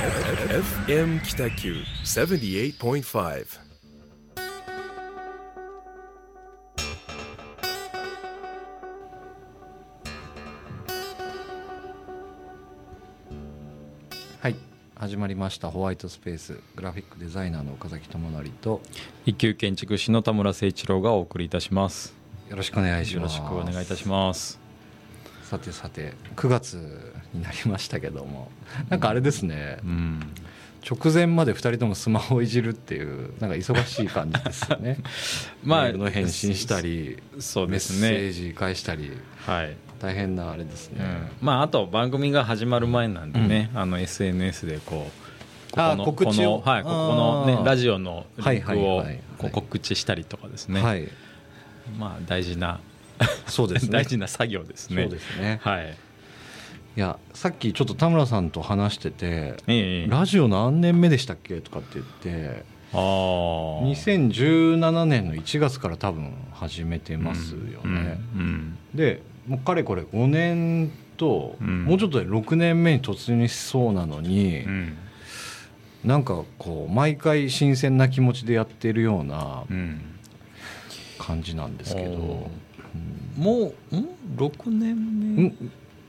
FM 北九78.5。 はい、始まりましたホワイトスペース。グラフィックデザイナーの岡崎智則と一級建築士の田村誠一郎がお送りいたします。 よろしくお願いします。 よろしくお願いいたします。 さてさて9月になりましたけども、なんかあれですね、直前まで2人ともスマホをいじるっていうなんか忙しい感じですよね。 まあメールの返信したり、 そうですね、 メッセージ返したり、 はい、 大変なあれですね。 まああと番組が始まる前なんでね、SNS でこう告知を、 ここのねラジオのリンクをこう告知したりとかですね。はい、まあ大事なそうですね大事な作業ですね。 そうですね。 はい。 いやさっきちょっと田村さんと話してて、ラジオ何年目でしたっけとかって言って、2017年の1月から多分始めてますよね。でもうかれこれ5年と、もうちょっとで6年目に突入しそうなのに、なんかこう毎回新鮮な気持ちでやってるような感じなんですけど、 もう6年目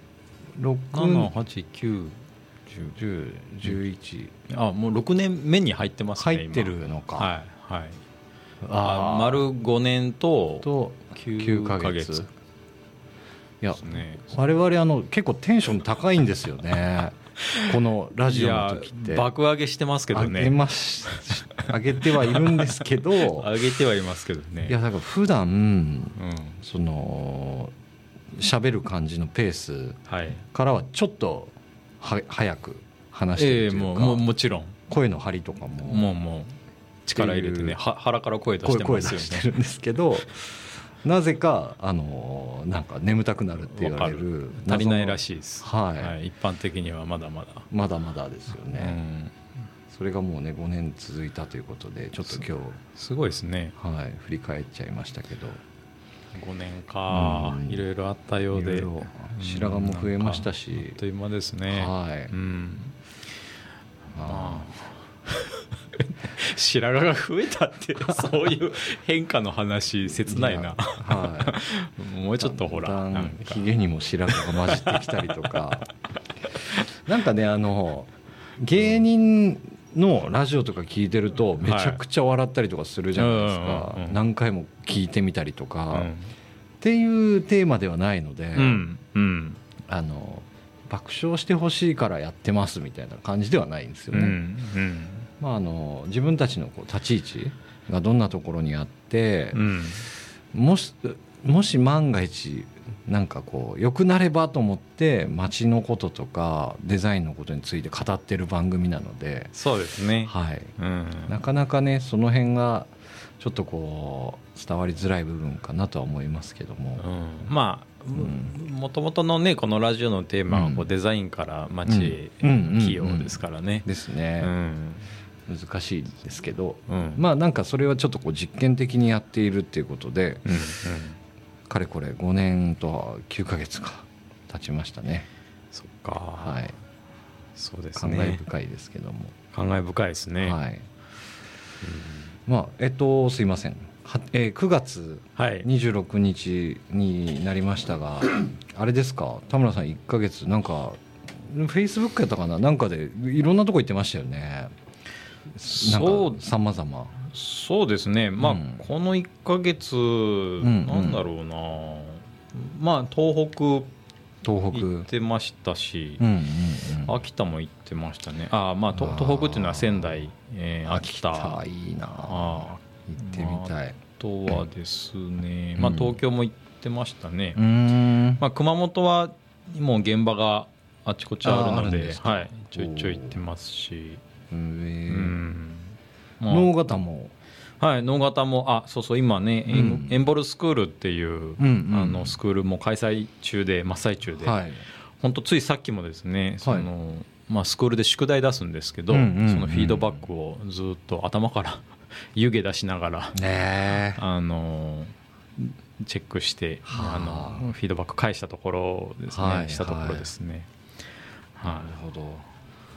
7、8、9、10、11、もう6年目に入ってますね。 入ってるのか。 はいはい。丸5年と9ヶ月。いや、 我々結構テンション高いんですよね。このラジオの時って爆上げしてますけどね。 上げてはいるんですけど上げてはいますけどね。 いやだから普段、その喋る感じのペースからはちょっと早く話してるというか、 もちろん声の張りとかもう力入れてね、腹から声出してますよね。 声出してるんですけど、なぜかなんか眠たくなるって言われる、 足りないらしいです。 はい、 一般的にはまだまだですよね。それがもうね5年続いたということで、ちょっと今日すごいですね。 はい、振り返っちゃいましたけど。 5年か、いろいろあったようで、 白髪も増えましたし、 あっという間ですね。 はい。 白髪が増えたってそういう変化の話切ないな。もうちょっとほら、 ひげにも白髪が混じってきたりとかなんかね芸人のラジオとか聞いてるとめちゃくちゃ笑ったりとかするじゃないですか。何回も聞いてみたりとか、っていうテーマではないので、爆笑してほしいからやってますみたいな感じではないんですよね。自分たちの立ち位置がどんなところにあって、もし万が一なんかこう良くなればと思って街のこととかデザインのことについて語ってる番組なので、 そうですね。 はい、なかなかねその辺がちょっとこう伝わりづらい部分かなとは思いますけども、もともとのねこのラジオのテーマはこうデザインから街起用ですからね。 ですね。難しいですけど、なんかそれはちょっとこう実験的にやっているっていうことで、かれこれ5年と9ヶ月が経ちましたね。 そっか。はい。そうですね。 感慨深いですけども。 感慨深いですね。 はい。すいません。9月26日になりましたが、あれですか、田村さん1ヶ月なんかフェイスブックやったかな、なんかでいろんなとこ行ってましたよね。 そうさまざま。 そうですね。この1ヶ月なんだろうな、東北行ってましたし、秋田も行ってましたね。東北っていうのは仙台、秋田。 いいな、行ってみたい。 あとはですね、東京も行ってましたね。熊本はもう現場があちこちあるので、ちょいちょい行ってますし、 能形も、 能形もそう今ね、エンボルスクールっていうスクールも開催中で真っ最中で、本当ついさっきもですね、スクールで宿題出すんですけど、そのフィードバックをずっと頭から湯気出しながらチェックしてフィードバック返したところですね。 なるほど。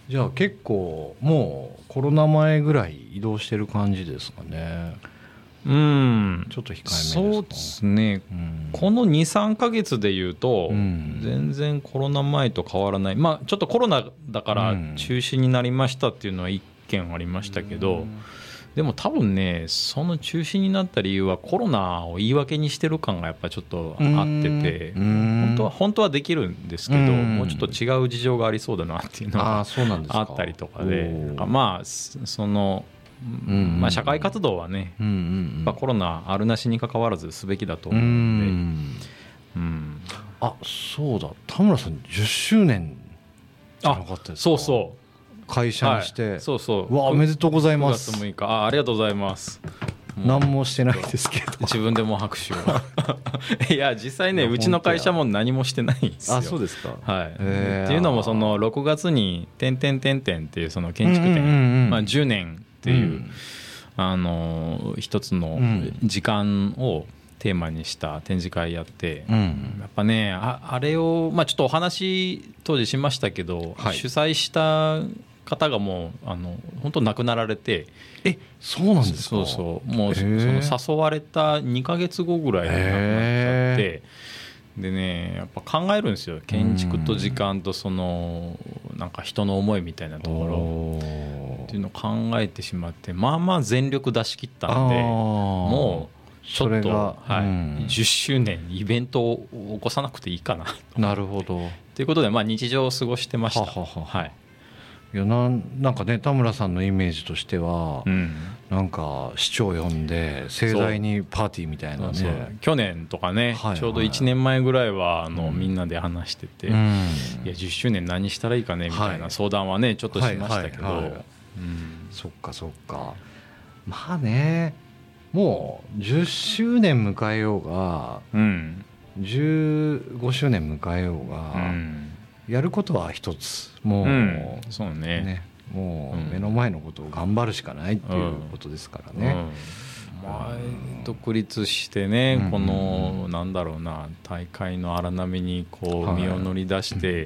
じゃあ結構もうコロナ前ぐらい移動してる感じですかね。ちょっと控えめですか。 そうですね、この 2,3 ヶ月でいうと、全然コロナ前と変わらない、まあちょっとコロナだから中止になりましたっていうのは1件ありましたけど、でも多分ね、その中止になった理由はコロナを言い訳にしてる感がやっぱりちょっとあってて、本当はできるんですけど、もうちょっと違う事情がありそうだなっていうのがあったりとかで、まあそのまあ、社会活動はね、コロナあるなしに関わらずすべきだと思うので、 あ、そうだ、田村さん10周年じゃなかったですか。 そうそう、 会社にして、 そうそう、 わ、おめでとうございます。 9月6日、ありがとうございます。 何もしてないですけど自分でも拍手をいや実際ね、うちの会社も何もしてないんですよ。 あ、そうですか。 はい、っていうのもその6月に「てんてんてんてん」っていうその建築展、まあ10年っていう、一つの時間をテーマにした展示会やって、やっぱね、あれを、まあ、ちょっとお話当時しましたけど、主催した方がもう本当亡くなられて。 そうなんですか。 そうそう、もうその誘われた2ヶ月後ぐらいに亡くなっちゃって、でね、やっぱ考えるんですよ、建築と時間とそのなんか人の思いみたいなところっていうのを考えてしまって、まあまあ全力出し切ったんで、もうちょっと、10周年イベントを起こさなくていいかな。 なるほど。 ということで、まあ日常を過ごしてました。はい。 いや、なんかね、田村さんのイメージとしては、なんか市長呼んで盛大にパーティーみたいなね。 去年とかね、ちょうど1年前ぐらいはみんなで話してて、いや10周年何したらいいかねみたいな相談はねちょっとしましたけど、 そっかそっか。まあね、もう10周年迎えようが、15周年迎えようが、やることは一つ、もう、 そうね、 もう目の前のことを頑張るしかないっていうことですからね。 まあ、独立してね、このなんだろうな、大会の荒波にこう身を乗り出して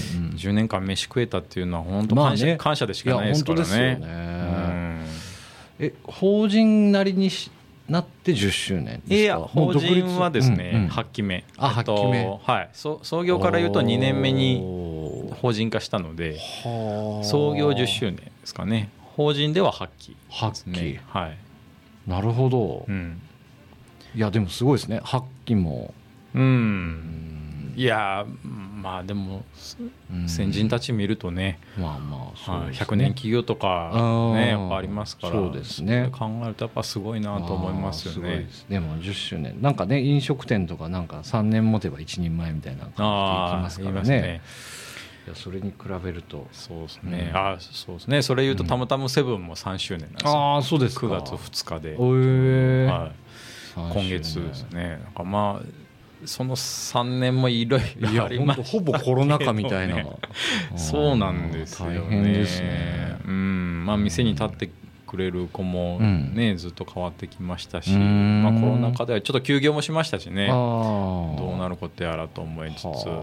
10年間飯食えたっていうのは本当感謝でしかないですからね。 法人なりになって10周年ですか。 いや、法人はですね、8期目、創業からいうと2年目に法人化したので、創業10周年ですかね。法人では8期ですね。はい、 なるほど。いやでもすごいですね、8期も。 いや、まあでも先人たち見るとね、100年企業とかねやっぱありますから、そうですね、考えるとやっぱすごいなと思いますよね。 でも10周年なんかね、飲食店とかなんか3年持てば一人前みたいな感じでいきますからね。いや、それに比べるとそうですね。そうですね。それ言うとたまたまセブンも3周年なんですよ。 あ、そうですか。 9月2日で、今月ですね。なんかまあその3年もいろいろありましたけど、 ほぼコロナ禍みたいなそうなんですよね。 大変ですね。 まあ店に立ってくれる子もね、ずっと変わってきましたし、まあコロナ禍ではちょっと休業もしましたしね、どうなることやらと思いつつ、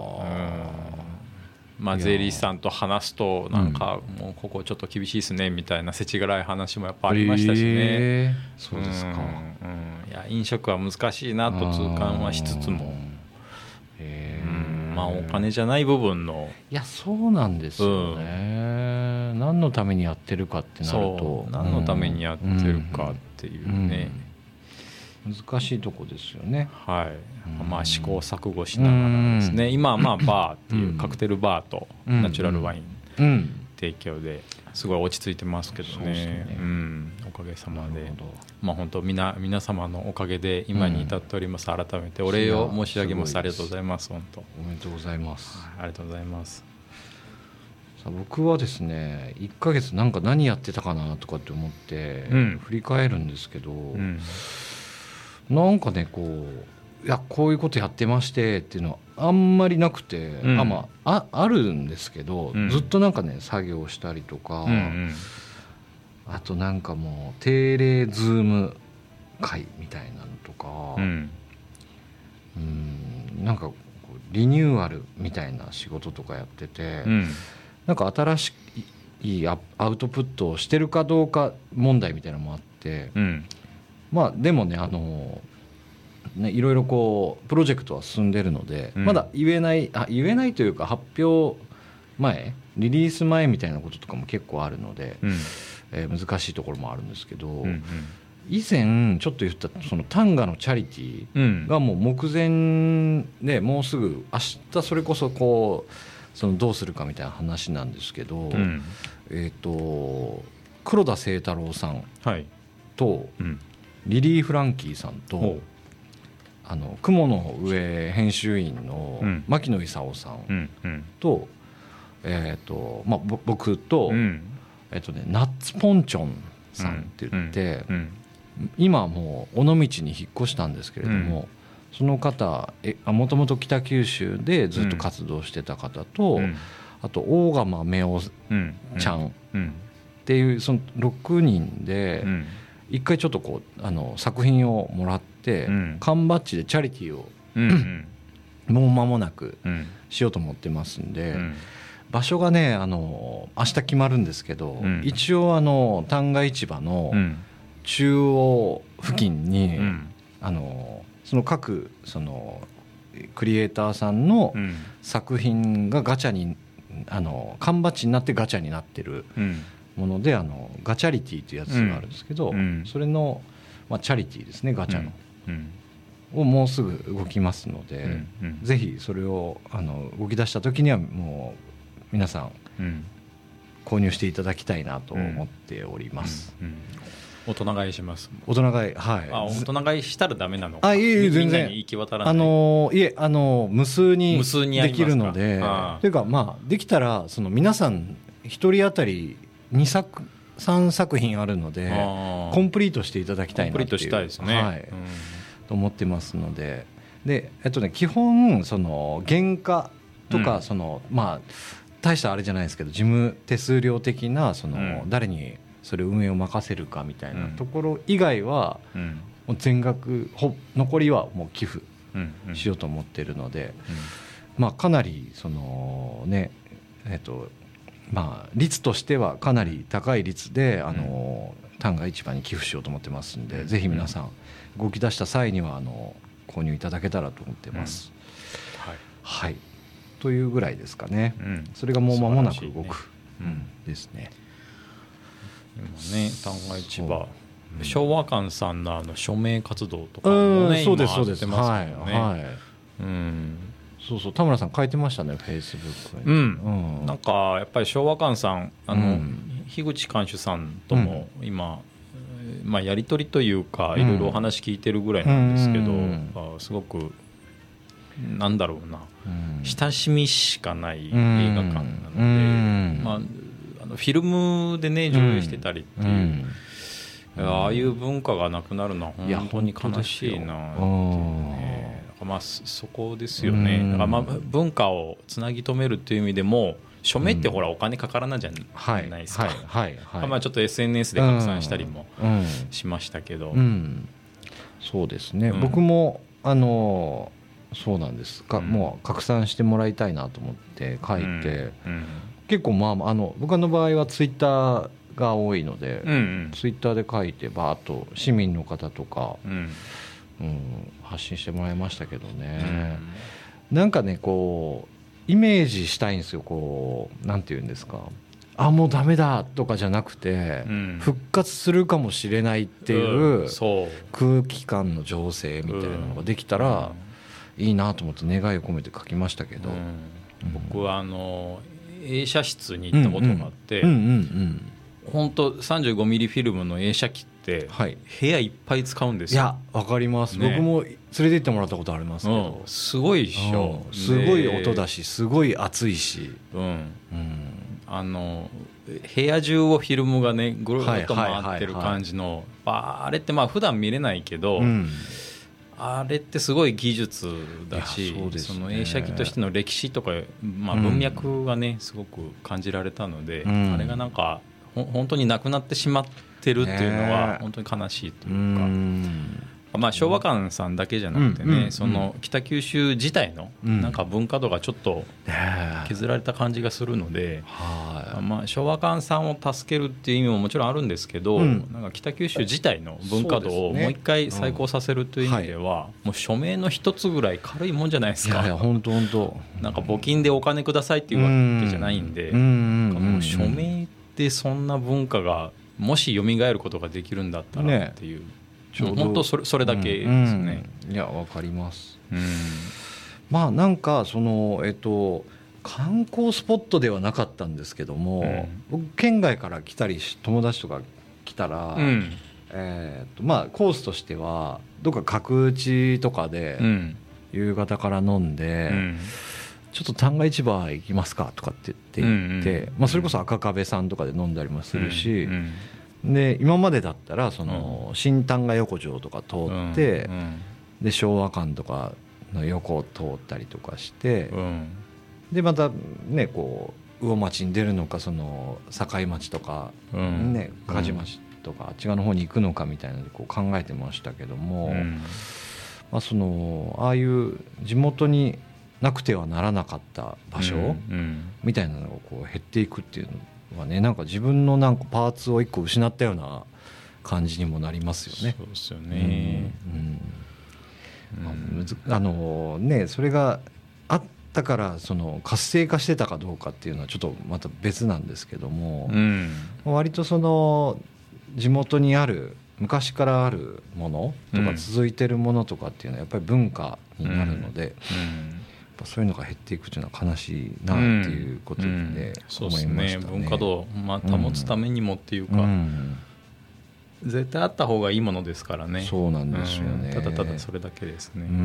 まあ税理士さんと話すとなんかもうここちょっと厳しいですねみたいな世知辛い話もやっぱありましたしね。 そうですか。 いや、飲食は難しいなと痛感はしつつも、まあお金じゃない部分の、 いや、そうなんですよね。何のためにやってるかってなると、 何のためにやってるかっていうね、 難しいとこですよね。 はい。まあ試行錯誤しながらですね、今はまあバーっていうカクテルバーとナチュラルワイン提供ですごい落ち着いてますけどね。おかげさまで、まあ本当皆様のおかげで今に至っております。改めてお礼を申し上げます。ありがとうございます。本当。 おめでとうございます。 ありがとうございます。 さあ、僕はですね、1ヶ月なんか何やってたかなとかって思って振り返るんですけど、なんかね、こう、いや、こういうことやってましてっていうのはあんまりなくて、あるんですけど、ずっとなんかね作業したりとか、あとなんかもう定例ズーム会みたいなのとか、なんかリニューアルみたいな仕事とかやってて、なんか新しいいアウトプットをしてるかどうか問題みたいなのもあって、まあでもねいろいろこうプロジェクトは進んでるので、まだ言えないというか、発表前リリース前みたいなこととかも結構あるので、難しいところもあるんですけど、以前ちょっと言ったそのタンガのチャリティーがもう目前で、もうすぐ明日それこそこうそのどうするかみたいな話なんですけど、黒田清太郎さんとリリー・フランキーさんと雲の上編集員の牧野勲さんと僕とナッツポンチョンさんって言って、今もう尾道に引っ越したんですけれども、その方もともと北九州でずっと活動してた方と、あと大釜めおちゃんっていうその6人で一回ちょっとこう作品をもらって缶バッジでチャリティーをもう間もなくしようと思ってますんで、場所がね明日決まるんですけど、一応旦過市場の中央付近にその各そのクリエイターさんの作品がガチャに缶バッジになってガチャになってるものでガチャリティというやつがあるんですけど、それのチャリティーですね、ガチャのをもうすぐ動きますので、ぜひそれを動き出した時にはもう皆さん購入していただきたいなと思っております。 大人買いします。 大人買い、はい。 大人買いしたらダメなのか。 いえ全然行き渡らない。 無数にできるので、というかできたらその皆さん一人当たり3作品あるのでコンプリートしていただきたいなっていう、 コンプリートしたいですね。 と思ってますので、基本その原価とかその大したあれじゃないですけど、事務手数料的なその誰にそれ運営を任せるかみたいなところ以外は全額残りはもう寄付しようと思っているので、かなりそのね率としてはかなり高い率で旦過市場に寄付しようと思ってますんで、ぜひ皆さん動き出した際には購入いただけたらと思ってます。はい、というぐらいですかね。それがもう間もなく動くですね。 今ね、旦過市場、昭和館さんの署名活動とかもね、今やってますよね。 そうそう、田村さん書いてましたね、フェイスブックに。 なんかやっぱり昭和館さん樋口館主さんとも今、やり取りというかいろいろお話聞いてるぐらいなんですけど、すごくなんだろうな、親しみしかない映画館なので、フィルムでね上映してたりっていう、ああいう文化がなくなるのは本当に悲しいなっていうね。そこですよね。だから文化をつなぎ止めるっていう意味でも署名ってほらお金かからないじゃないですか。ちょっと SNS で拡散したりもしましたけど、 そうですね、僕もそうなんですか、もう拡散してもらいたいなと思って書いて、結構僕の場合はツイッターが多いので、ツイッターで書いてバーッと市民の方とか、発信してもらいましたけどね、なんかねこうイメージしたいんですよ。こうなんていうんですか、もうダメだとかじゃなくて、復活するかもしれないっていう空気感の情勢みたいなのができたらいいなと思って願いを込めて書きましたけど、 僕は映写室に行ったことがあって、本当35ミリフィルムの映写機って部屋いっぱい使うんですよ。 いやわかります、僕も連れて行ってもらったことありますけど、 すごいでしょ。 すごい音だしすごい熱いし、 部屋中をフィルムがねぐるっと回ってる感じの、あれって普段見れないけど、あれってすごい技術だし、その映写機としての歴史とか、文脈がねすごく感じられたので、あれがなんか本当になくなってしまってるっていうのは本当に悲しいというか、昭和館さんだけじゃなくてね、その北九州自体のなんか文化度がちょっと削られた感じがするので、 まあ、昭和館さんを助けるっていう意味ももちろんあるんですけど、なんか北九州自体の文化度をもう一回再興させるという意味では、もう署名の一つぐらい軽いもんじゃないですか。 いや本当なんか募金でお金くださいっていうわけじゃないんで、もう署名ってそんな文化がもし蘇ることができるんだったらっていう、本当それだけですね。 いやわかります。まあなんかその観光スポットではなかったんですけども、僕県外から来たり友達とか来たら、まあコースとしてはどっか角打ちとかで夕方から飲んで、ちょっと旦過市場行きますかとかって言って、まあそれこそ赤壁さんとかで飲んだりもするし、で今までだったらその新旦過横丁とか通って、で昭和館とかの横を通ったりとかして、でまたねこう魚町に出るのかその境町とかね梶町とかあっち側の方に行くのかみたいなのでこう考えてましたけども、まあそのああいう地元になくてはならなかった場所みたいなのがこう減っていくっていうのはね、なんか自分のなんかパーツを一個失ったような感じにもなりますよね。 そうですよね。 ねそれがあったからその活性化してたかどうかっていうのはちょっとまた別なんですけども、割とその地元にある昔からあるものとか続いてるものとかっていうのはやっぱり文化になるので、やっぱそういうのが減っていくっていうのは悲しいなっていうことで思いましたね。 文化度を保つためにもっていうか、絶対あった方がいいものですからね。 そうなんですよね。 ただただそれだけですね。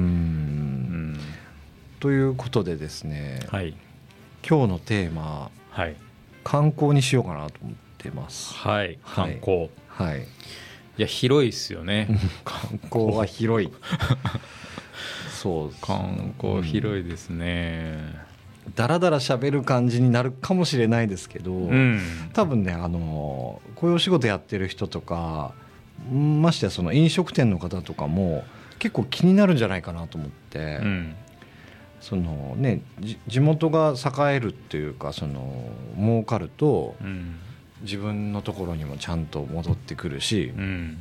ということでですね、 はい、 今日のテーマ、はい、観光にしようかなと思ってます。 はい、観光、 はい、 いや広いですよね。 観光は広い。そう観光広いですね。 だらだら喋る感じになるかもしれないですけど、多分ねこういうお仕事やってる人とかましてやその飲食店の方とかも結構気になるんじゃないかなと思って、そのね地元が栄えるっていうかその儲かると、自分のところにもちゃんと戻ってくるし、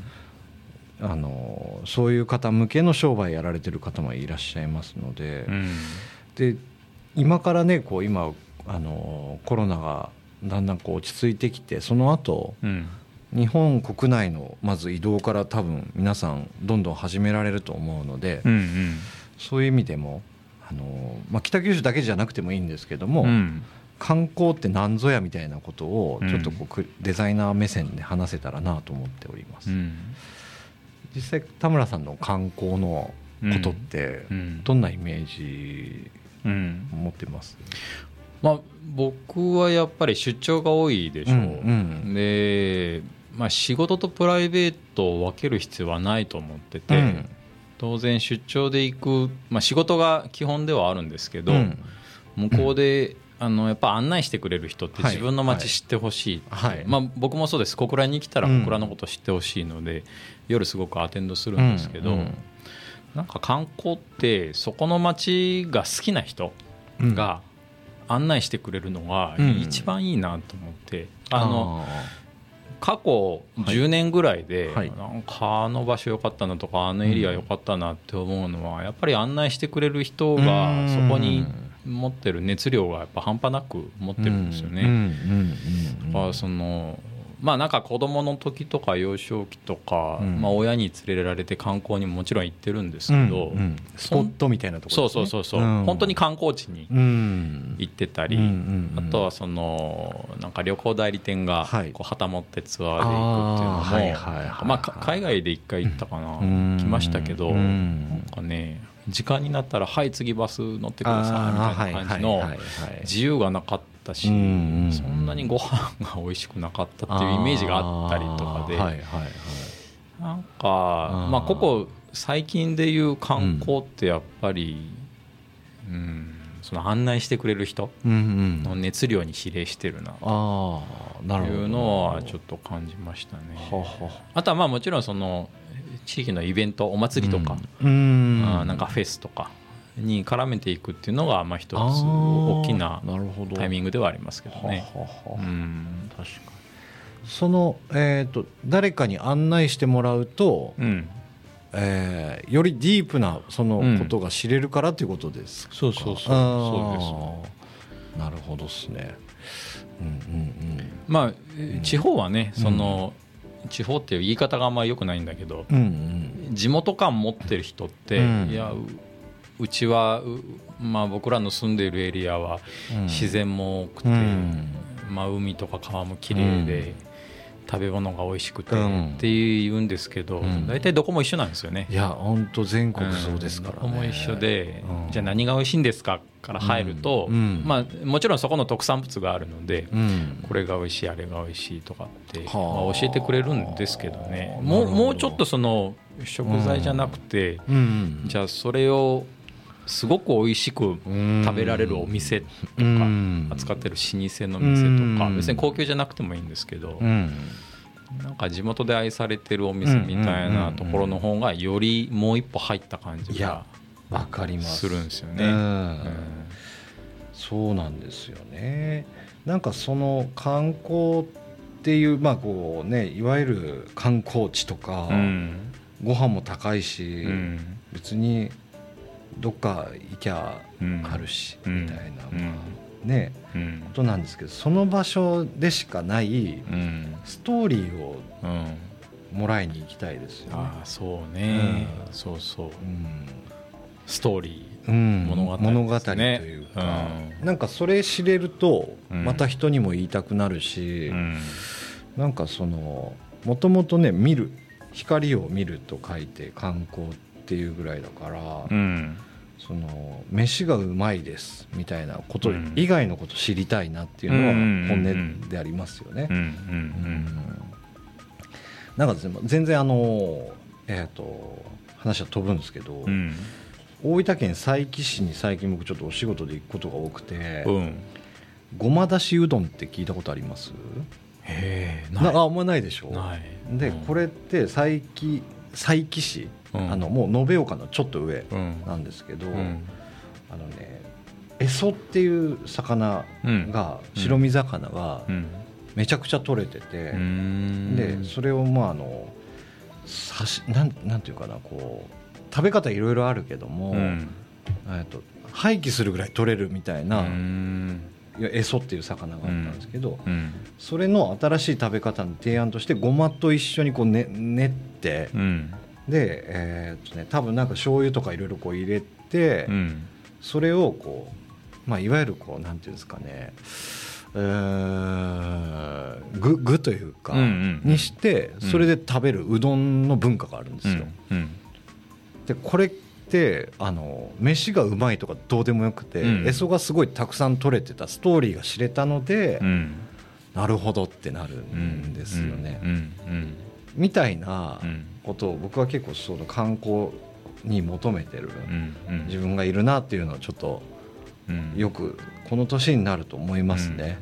そういう方向けの商売やられてる方もいらっしゃいますので、で今からねこう今コロナがだんだんこう落ち着いてきてその後、日本国内のまず移動から多分皆さんどんどん始められると思うので、そういう意味でも北九州だけじゃなくてもいいんですけども、観光って何ぞやみたいなことをちょっとこうデザイナー目線で話せたらなと思っております。実際田村さんの観光のことってどんなイメージ持ってます？ 僕はやっぱり出張が多いでしょう。で、仕事とプライベートを分ける必要はないと思ってて、当然出張で行く、仕事が基本ではあるんですけど、向こうでやっぱ案内してくれる人って自分の街知ってほしい、僕もそうです。小倉に来たら小倉のこと知ってほしいので、夜すごくアテンドするんですけど、なんか観光ってそこの街が好きな人が案内してくれるのが一番いいなと思って、過去10年ぐらいでなんかあの場所良かったなとかあのエリア良かったなって思うのは、やっぱり案内してくれる人がそこに持ってる熱量がやっぱ半端なく持ってるんですよね。なんか子供の時とか幼少期とか、親に連れられて観光にももちろん行ってるんですけど、 スポットみたいなところですね。 そう、本当に観光地に行ってたり、あとはなんか旅行代理店がこう旗持ってツアーで行くっていうのも、海外で1回行ったかな、来ましたけど、なんかね時間になったらはい次バス乗ってくださいみたいな感じの自由がなかったし、そんなにご飯が美味しくなかったっていうイメージがあったりとかで、なんかここ最近でいう観光ってやっぱりその案内してくれる人の熱量に比例してるなというのはちょっと感じましたね。あとはもちろんその地域のイベントお祭りとか、なんかフェスとかに絡めていくっていうのがまあ一つ大きなタイミングではありますけどね。 確かにその、誰かに案内してもらうと、よりディープなそのことが知れるからということですか。 そうですなるほどですね。 まあ地方はねその、地方っていう言い方があんまり良くないんだけど、地元感持ってる人って、いやうちはまあ僕らの住んでいるエリアは自然も多くて、まあ海とか川も綺麗で、食べ物が美味しくてって言うんですけど、大体どこも一緒なんですよね。 いや本当全国そうですからね。 どこも一緒で、じゃあ何が美味しいんですかから入ると、まあもちろんそこの特産物があるので、これが美味しいあれが美味しいとかって、まあ、教えてくれるんですけどね。もうちょっとその食材じゃなくて、じゃあそれをすごく美味しく食べられるお店とか、扱ってる老舗の店とか、別に高級じゃなくてもいいんですけど、なんか地元で愛されてるお店みたいなところの方がよりもう一歩入った感じがするんですよね。 そうなんですよね。なんかその観光っていうまあこうね、いわゆる観光地とか、ご飯も高いし、別にどっか行きゃあるし、みたいな、ね、ことなんですけど、その場所でしかないストーリーをもらいに行きたいですよね。 そうね、そうそう、ストーリー、物語というか、なんかそれ知れるとまた人にも言いたくなるし、なんかそのもともとね、見る、光を見ると書いて観光っていうぐらいだから、その飯がうまいですみたいなこと以外のこと知りたいなっていうのは本音でありますよね。なんか全然話は飛ぶんですけど、大分県佐伯市に最近僕ちょっとお仕事で行くことが多くて、ごまだしうどんって聞いたことあります？あんまないでしょ。でこれって佐伯市、もう延岡のちょっと上なんですけど、エソっていう魚が、白身魚がめちゃくちゃ取れてて、でそれをまあなんていうかな、こう食べ方いろいろあるけども、廃棄するぐらい取れるみたいなエソっていう魚があったんですけど、それの新しい食べ方の提案としてごまと一緒にこう練って、で多分なんか醤油とかいろいろこう入れて、それをこう、まあ、いわゆるこうなんていうんですかね、具というかにしてそれで食べるうどんの文化があるんですよ。でこれって飯がうまいとかどうでもよくて、エソがすごいたくさん取れてたストーリーが知れたので、なるほどってなるんですよね。みたいなことを僕は結構その観光に求めてる自分がいるなっていうのはちょっとよくこの年になると思いますね。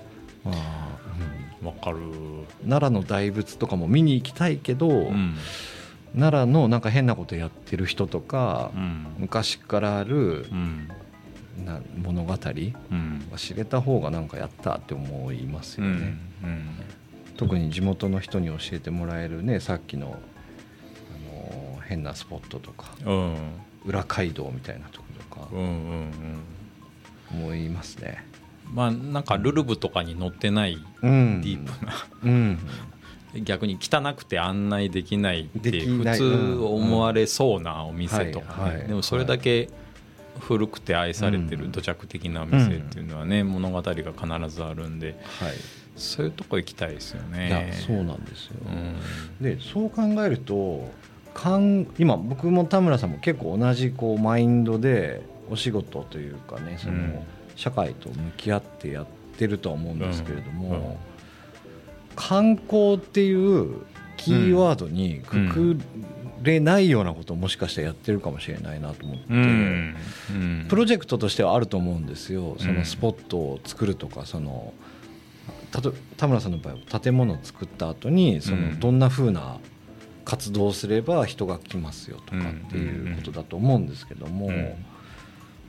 わかる。 奈良の大仏とかも見に行きたいけど、奈良のなんか変なことやってる人とか、昔からある物語が知れた方がなんかやったって思いますよね。特に地元の人に教えてもらえるね、さっきの変なスポットとか、裏街道みたいなところとか思いますね。 まあなんかルルブとかに載ってないディープな、逆に汚くて案内できないって普通思われそうなお店とかね、でもそれだけ古くて愛されてる土着的なお店っていうのはね、物語が必ずあるんで、そういうとこ行きたいですよね。 いやそうなんですよ。でそう考えると今僕も田村さんも結構同じこうマインドでお仕事というかね、その社会と向き合ってやってるとは思うんですけれども、観光っていうキーワードにくくれないようなことをもしかしたらやってるかもしれないなと思って、プロジェクトとしてはあると思うんですよ。そのスポットを作るとか、その田村さんの場合は建物を作った後にそのどんな風な活動をすれば人が来ますよとかっていうことだと思うんですけども、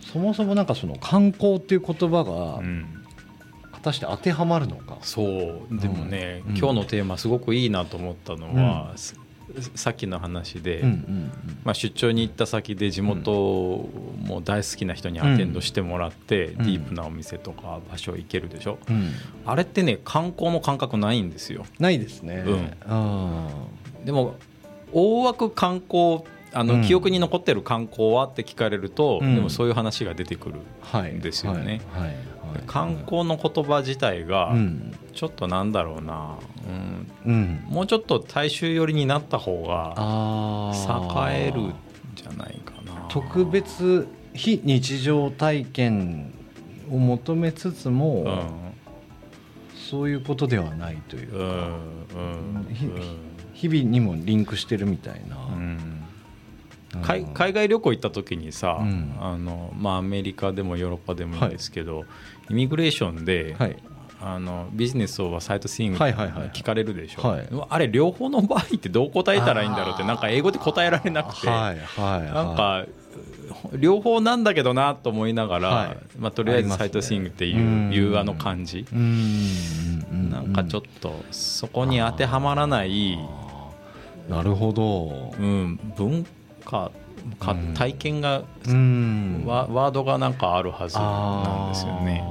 そもそもなんかその観光っていう言葉が果たして当てはまるのか。 そうでもね、今日のテーマすごくいいなと思ったのは、さっきの話で、出張に行った先で地元も大好きな人にアテンドしてもらって、ディープなお店とか場所行けるでしょ、あれってね観光の感覚ないんですよ。 ないですね、 でも大枠観光記憶に残ってる観光はって聞かれると、でもそういう話が出てくるんですよね。観光の言葉自体がちょっとなんだろうな、もうちょっと大衆寄りになった方が栄えるんじゃないかな。 特別非日常体験を求めつつも、そういうことではないというか、日々にもリンクしてるみたいな。 海外旅行行った時にさ、アメリカでもヨーロッパでもいいんですけど、イミグレーションで、ビジネスオーバーサイトシーイング聞かれるでしょ、あれ両方の場合ってどう答えたらいいんだろうって、なんか英語で答えられなくて、なんか両方なんだけどなと思いながら、とりあえずサイトシーイングっていう感じ、なんかちょっとそこに当てはまらない、 なるほど、 文化体験がワードがなんかあるはずなんですよね。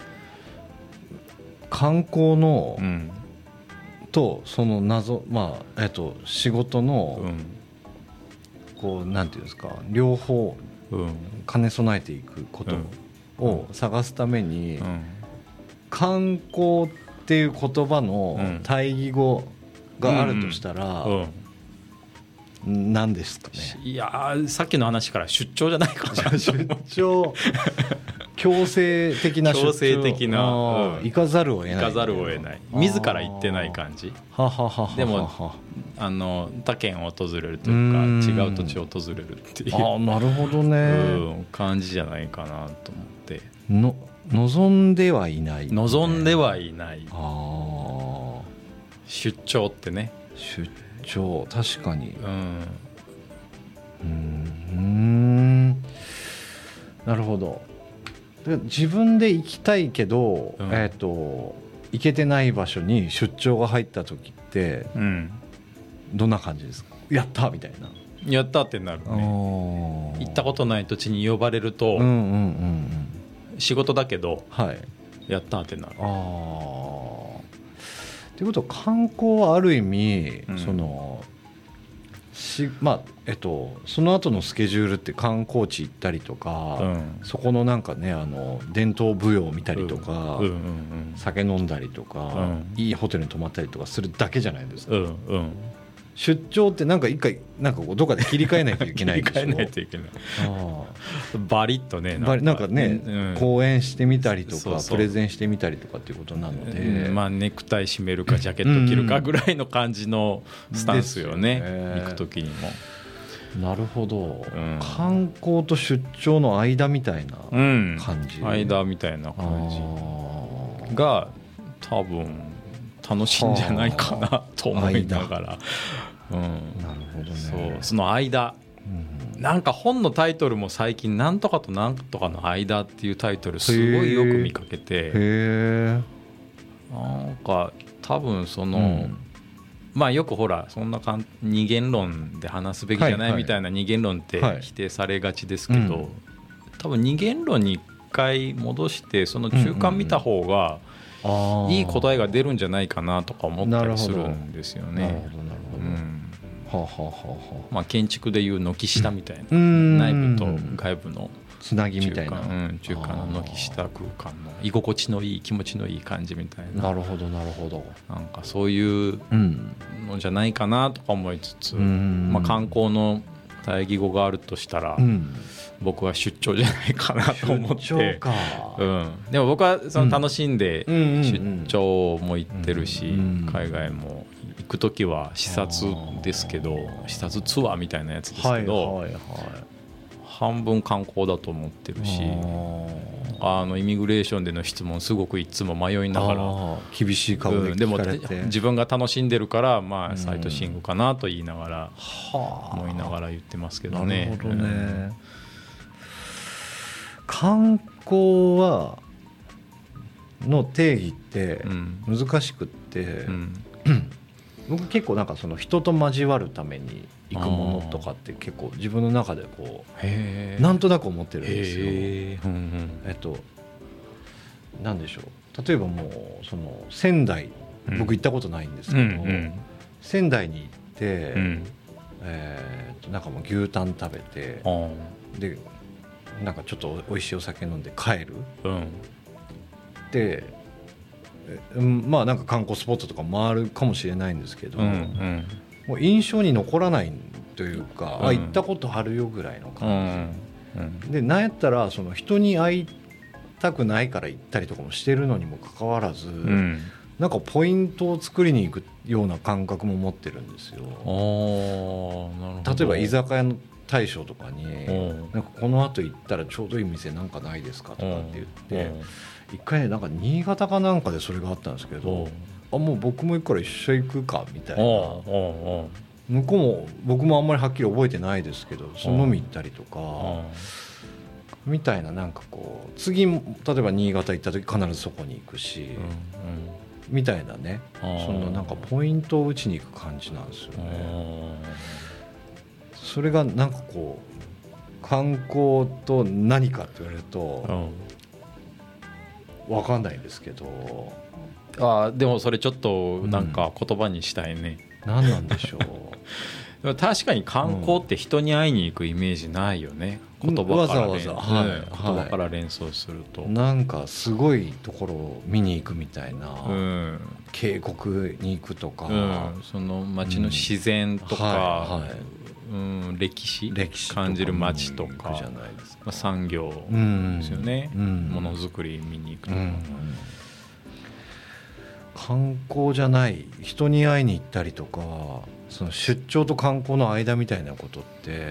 観光の、とその謎、仕事の、こうなんていうんですか、両方兼ね備えていくことを探すために、観光っていう言葉の対義語があるとしたら、何ですかね。 いやさっきの話から出張じゃないかな。 出張強制的な出張、 強制的な、 行かざるを得ない、 行かざるを得ない、自ら行ってない感じでも他県を訪れるというか、違う土地を訪れるっていう、 なるほどね、 感じじゃないかなと思って。 望んではいない、 望んではいない、出張ってね、 出張確かに、なるほど。自分で行きたいけど、行けてない場所に出張が入った時って、どんな感じですか。やったみたいな、 やったってなるね。行ったことない土地に呼ばれると、仕事だけど、やったってなる。 ということは観光はある意味、そのその後のスケジュールって観光地行ったりとか、そこのなんかね、伝統舞踊を見たりとか、酒飲んだりとか、いいホテルに泊まったりとかするだけじゃないですか。出張ってなんか一回なんかどっかで切り替えないといけないでしょ。 切り替えないといけない。バリッとね、 なんかね、講演してみたりとか、プレゼンしてみたりとかっていうことなので、 ネクタイ締めるかジャケット着るかぐらいの感じのスタンスよね、行く時にも。 なるほど、観光と出張の間みたいな感じ、 間みたいな感じが多分楽しいんじゃないかなと思いながら、 なるほどね。 その間、なんか本のタイトルも最近なんとかとなんとかの間っていうタイトルすごいよく見かけて、なんか多分その、よくほらそんな二元論で話すべきじゃないみたいな二元論って否定されがちですけど、多分二元論に一回戻してその中間見た方がいい答えが出るんじゃないかなとか思ったりするんですよね。建築でいう軒下みたいな、内部と外部のつなぎみたいな、 中間の軒下空間の居心地のいい気持ちのいい感じみたいな。 なるほどなるほど。 なんかそういうのじゃないかなとか思いつつ、観光の対義語があるとしたら、僕は出張じゃないかなと思って、でも僕はその楽しんで出張も行ってるし、海外も行く時は視察ですけど、視察ツアーみたいなやつですけど、半分観光だと思ってるし、イミグレーションでの質問すごくいつも迷いながら、 厳しい顔で聞かれて、 でも自分が楽しんでるから、サイトシングかなと言いながら、思いながら言ってますけどね。 なるほどね。 観光はの定義って難しくって、僕結構なんかその人と交わるために行くものとかって結構自分の中でこうなんとなく思ってるんですよ。なんでしょう、例えばもうその仙台、僕行ったことないんですけど、仙台に行って、なんかもう牛タン食べて、でなんかちょっと美味しいお酒飲んで帰る、でまあなんか観光スポットとか回るかもしれないんですけど、もう印象に残らないというか、行ったことあるよぐらいの感じ、でなんやったらその人に会いたくないから行ったりとかもしてるのにもかかわらず、なんかポイントを作りに行くような感覚も持ってるんですよ。例えば居酒屋の大将とかになんかこの後行ったらちょうどいい店なんかないですかとかって言って、一回ねなんか新潟かなんかでそれがあったんですけど、もう僕も行くから一緒行くかみたいな、向こうも僕もあんまりはっきり覚えてないですけど、その飲み行ったりとかみたいな、なんかこう次例えば新潟行った時必ずそこに行くし、みたいなね、そのなんかポイントを打ちに行く感じなんですよね。それがなんかこう観光と何かって言われると分かんないんですけど、 でもそれちょっとなんか言葉にしたいね、 何なんでしょう確かに観光って人に会いに行くイメージないよね、言葉から言葉から連想すると、 なんかすごいところを見に行くみたいな、渓谷に行くとか、 その街の自然とか、歴史感じる街とかじゃないですか、産業ですよね、ものづくり見に行くとか、 観光じゃない人に会いに行ったりとか、その出張と観光の間みたいなことって、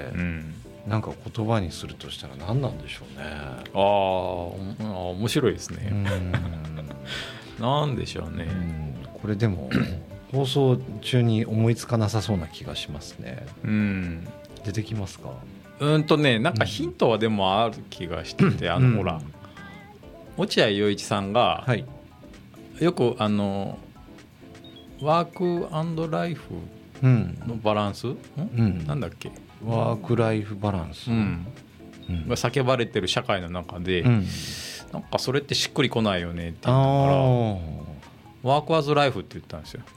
なんか言葉にするとしたら何なんでしょうね。 面白いですね。なんでしょうね。 これでも放送中に思いつかなさそうな気がしますね。出てきますか？ なんかヒントはでもある気がしてて、ほら落合陽一さんが、よくワーク&ライフのバランス、なんだっけ、 ワークライフバランス、 叫ばれてる社会の中で、なんかそれってしっくりこないよねって言ったからワークアズライフって言ったんですよ。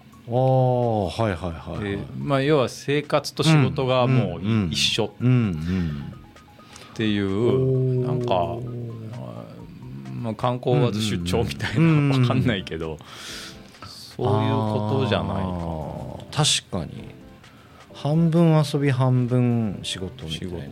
要は生活と仕事がもう一緒っていう、なんか、観光は出張みたいな、分かんないけど、そういうことじゃないかな。 確かに半分遊び半分仕事みたいな。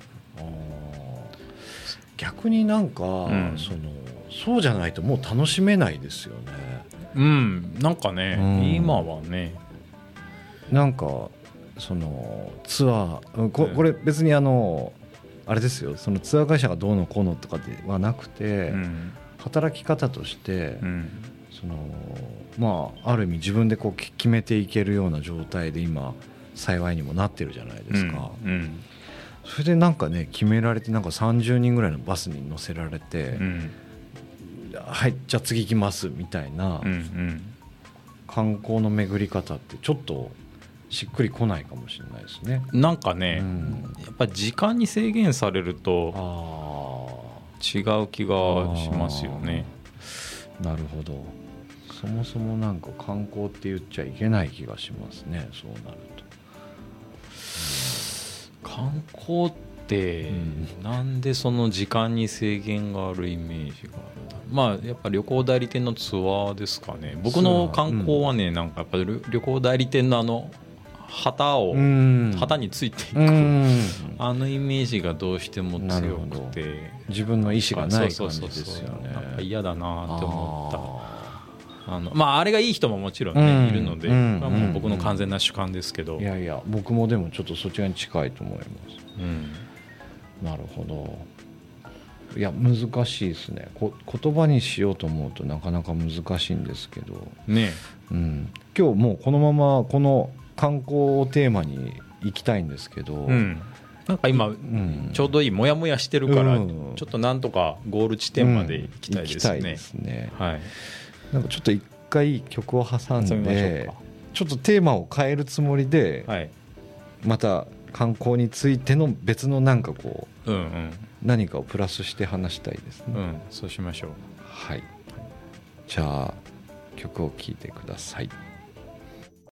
逆になんか、そうじゃないともう楽しめないですよね。 なんかね、今はね、 なんかそのツアー、これ別にあれですよ、そのツアー会社がどうのこうのとかではなくて、働き方として、そのある意味自分でこう決めていけるような状態で今幸いにもなってるじゃないですか。それでなんかね、決められて、なんか30人ぐらいのバスに乗せられて、はいじゃあ次行きますみたいな観光の巡り方ってちょっとしっくりこないかもしれないですね。 なんかね、やっぱ時間に制限されると違う気がしますよね。 なるほど。そもそもなんか観光って言っちゃいけない気がしますね、そうなると。観光ってなんでその時間に制限があるイメージがある？やっぱ旅行代理店のツアーですかね。僕の観光はね、なんかやっぱり旅行代理店の旗についていく、イメージがどうしても強くて、 自分の意思がない感じですよね。 なんか嫌だなって思った。あれがいい人ももちろんね、いるので、もう僕の完全な主観ですけど、 いやいや僕もでもちょっとそちらに近いと思います。なるほど。いや難しいですね。言葉にしようと思うとなかなか難しいんですけどね。 今日もうこのままこの観光をテーマに行きたいんですけど、 なんか今、ちょうどいいモヤモヤしてるから、ちょっとなんとかゴール地点まで行きたいですね。 行きたいですね。 はい。 なんかちょっと一回曲を挟んでちょっとテーマを変えるつもりで、はい、また観光についての別のなんかこう、何かをプラスして話したいですね。 そうしましょう。 はい。じゃあ曲を聴いてください。